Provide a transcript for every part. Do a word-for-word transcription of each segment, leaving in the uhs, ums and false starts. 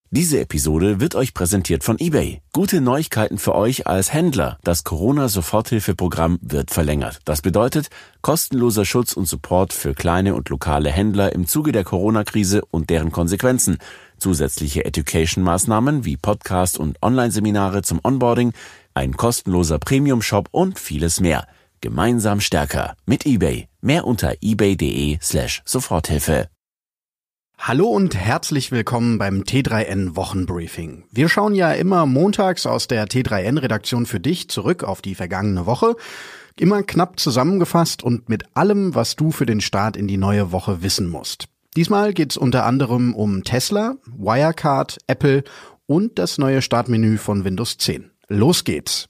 Diese Episode wird euch präsentiert von eBay. Gute Neuigkeiten für euch als Händler. Das Corona-Soforthilfeprogramm wird verlängert. Das bedeutet kostenloser Schutz und Support für kleine und lokale Händler im Zuge der Corona-Krise und deren Konsequenzen. Zusätzliche Education-Maßnahmen wie Podcast- und Online-Seminare zum Onboarding, ein kostenloser Premium-Shop und vieles mehr. Gemeinsam stärker mit eBay. Mehr unter ebay.de slash Soforthilfe. Hallo und herzlich willkommen beim T drei N Wochenbriefing. Wir schauen ja immer montags aus der T drei N Redaktion für dich zurück auf die vergangene Woche. Immer knapp zusammengefasst und mit allem, was du für den Start in die neue Woche wissen musst. Diesmal geht's unter anderem um Tesla, Wirecard, Apple und das neue Startmenü von Windows zehn. Los geht's!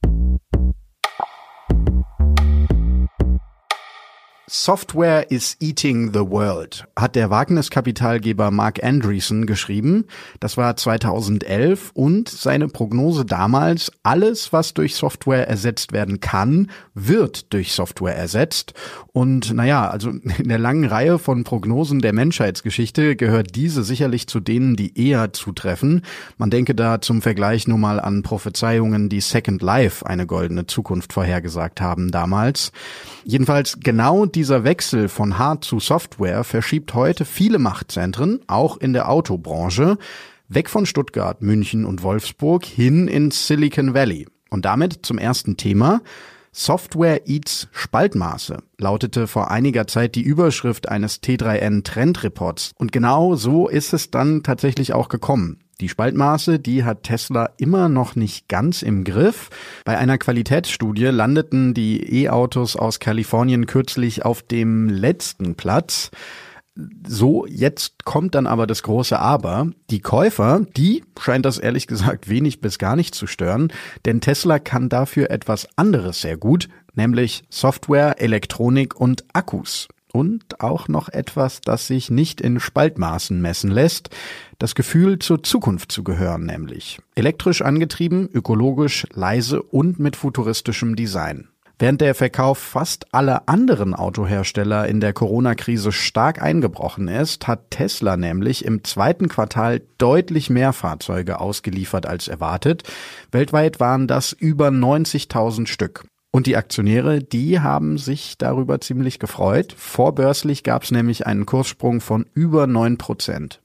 Software is eating the world, hat der Wagniskapitalgeber Marc Andreessen geschrieben. Das war zweitausendelf und seine Prognose damals: alles, was durch Software ersetzt werden kann, wird durch Software ersetzt. Und naja, also in der langen Reihe von Prognosen der Menschheitsgeschichte gehört diese sicherlich zu denen, die eher zutreffen. Man denke da zum Vergleich nur mal an Prophezeiungen, die Second Life eine goldene Zukunft vorhergesagt haben damals. Jedenfalls genau die Dieser Wechsel von Hard zu Software verschiebt heute viele Machtzentren, auch in der Autobranche, weg von Stuttgart, München und Wolfsburg hin ins Silicon Valley. Und damit zum ersten Thema. Software eats Spaltmaße, lautete vor einiger Zeit die Überschrift eines T drei N Trendreports. Und genau so ist es dann tatsächlich auch gekommen. Die Spaltmaße, die hat Tesla immer noch nicht ganz im Griff. Bei einer Qualitätsstudie landeten die E-Autos aus Kalifornien kürzlich auf dem letzten Platz. So, jetzt kommt dann aber das große Aber. Die Käufer, die scheint das ehrlich gesagt wenig bis gar nicht zu stören, denn Tesla kann dafür etwas anderes sehr gut, nämlich Software, Elektronik und Akkus. Und auch noch etwas, das sich nicht in Spaltmaßen messen lässt. Das Gefühl, zur Zukunft zu gehören, nämlich. Elektrisch angetrieben, ökologisch, leise und mit futuristischem Design. Während der Verkauf fast aller anderen Autohersteller in der Corona-Krise stark eingebrochen ist, hat Tesla nämlich im zweiten Quartal deutlich mehr Fahrzeuge ausgeliefert als erwartet. Weltweit waren das über neunzigtausend Stück. Und die Aktionäre, die haben sich darüber ziemlich gefreut. Vorbörslich gab es nämlich einen Kurssprung von über neun Prozent.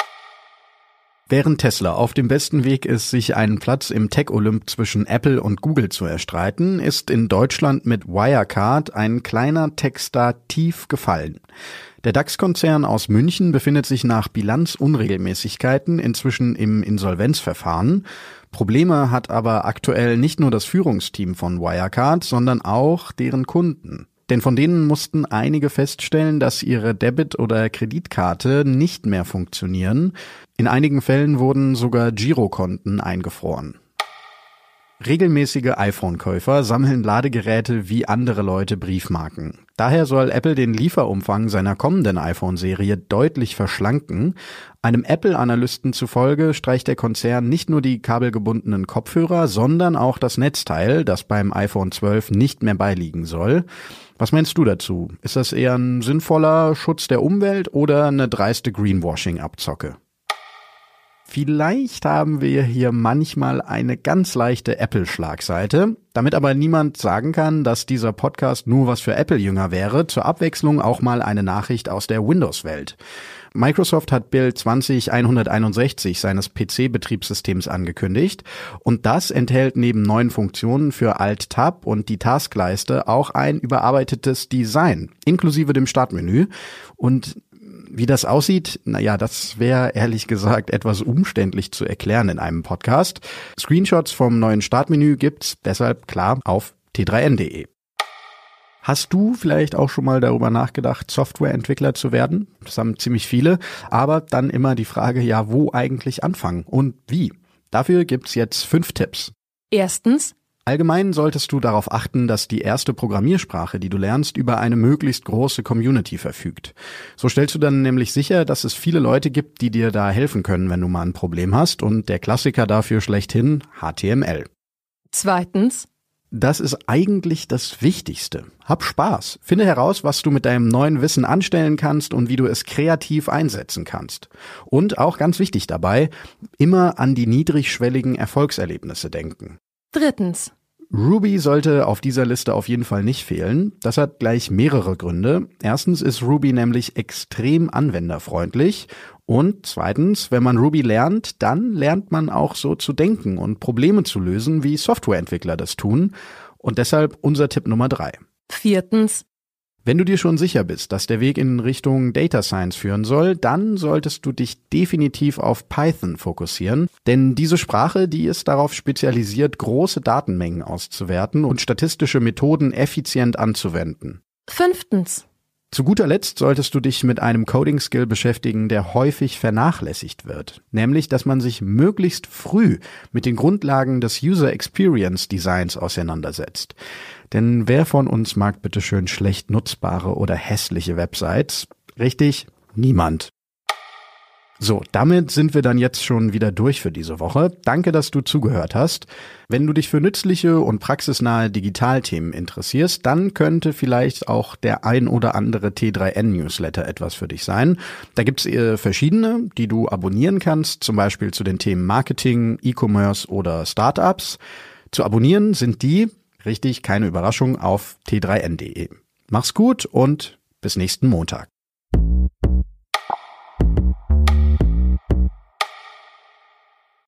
Während Tesla auf dem besten Weg ist, sich einen Platz im Tech-Olymp zwischen Apple und Google zu erstreiten, ist in Deutschland mit Wirecard ein kleiner Tech-Star tief gefallen. Der DAX-Konzern aus München befindet sich nach Bilanzunregelmäßigkeiten inzwischen im Insolvenzverfahren. Probleme hat aber aktuell nicht nur das Führungsteam von Wirecard, sondern auch deren Kunden. Denn von denen mussten einige feststellen, dass ihre Debit- oder Kreditkarte nicht mehr funktionieren. In einigen Fällen wurden sogar Girokonten eingefroren. Regelmäßige iPhone-Käufer sammeln Ladegeräte wie andere Leute Briefmarken. Daher soll Apple den Lieferumfang seiner kommenden iPhone-Serie deutlich verschlanken. Einem Apple-Analysten zufolge streicht der Konzern nicht nur die kabelgebundenen Kopfhörer, sondern auch das Netzteil, das beim iPhone zwölf nicht mehr beiliegen soll. Was meinst du dazu? Ist das eher ein sinnvoller Schutz der Umwelt oder eine dreiste Greenwashing-Abzocke? Vielleicht haben wir hier manchmal eine ganz leichte Apple-Schlagseite. Damit aber niemand sagen kann, dass dieser Podcast nur was für Apple-Jünger wäre, zur Abwechslung auch mal eine Nachricht aus der Windows-Welt. Microsoft hat Build zwanzig einhunderteinundsechzig seines P C-Betriebssystems angekündigt und das enthält neben neuen Funktionen für Alt-Tab und die Taskleiste auch ein überarbeitetes Design, inklusive dem Startmenü. Und wie das aussieht, naja, das wäre ehrlich gesagt etwas umständlich zu erklären in einem Podcast. Screenshots vom neuen Startmenü gibt's deshalb klar auf t drei n punkt de. Hast du vielleicht auch schon mal darüber nachgedacht, Softwareentwickler zu werden? Das haben ziemlich viele, aber dann immer die Frage, ja, wo eigentlich anfangen und wie? Dafür gibt's jetzt fünf Tipps. Erstens: Allgemein solltest du darauf achten, dass die erste Programmiersprache, die du lernst, über eine möglichst große Community verfügt. So stellst du dann nämlich sicher, dass es viele Leute gibt, die dir da helfen können, wenn du mal ein Problem hast, und der Klassiker dafür schlechthin H T M L. Zweitens: Das ist eigentlich das Wichtigste. Hab Spaß. Finde heraus, was du mit deinem neuen Wissen anstellen kannst und wie du es kreativ einsetzen kannst. Und auch ganz wichtig dabei, immer an die niedrigschwelligen Erfolgserlebnisse denken. Drittens. Ruby sollte auf dieser Liste auf jeden Fall nicht fehlen. Das hat gleich mehrere Gründe. Erstens ist Ruby nämlich extrem anwenderfreundlich. Und zweitens, wenn man Ruby lernt, dann lernt man auch so zu denken und Probleme zu lösen, wie Softwareentwickler das tun. Und deshalb unser Tipp Nummer drei. Viertens. Wenn du dir schon sicher bist, dass der Weg in Richtung Data Science führen soll, dann solltest du dich definitiv auf Python fokussieren. Denn diese Sprache, die ist darauf spezialisiert, große Datenmengen auszuwerten und statistische Methoden effizient anzuwenden. Fünftens. Zu guter Letzt solltest du dich mit einem Coding-Skill beschäftigen, der häufig vernachlässigt wird. Nämlich, dass man sich möglichst früh mit den Grundlagen des User Experience Designs auseinandersetzt. Denn wer von uns mag bitteschön schlecht nutzbare oder hässliche Websites? Richtig, niemand. So, damit sind wir dann jetzt schon wieder durch für diese Woche. Danke, dass du zugehört hast. Wenn du dich für nützliche und praxisnahe Digitalthemen interessierst, dann könnte vielleicht auch der ein oder andere T drei N Newsletter etwas für dich sein. Da gibt's äh, verschiedene, die du abonnieren kannst, zum Beispiel zu den Themen Marketing, E-Commerce oder Startups. Zu abonnieren sind die, richtig, keine Überraschung, auf t drei n punkt de. Mach's gut und bis nächsten Montag.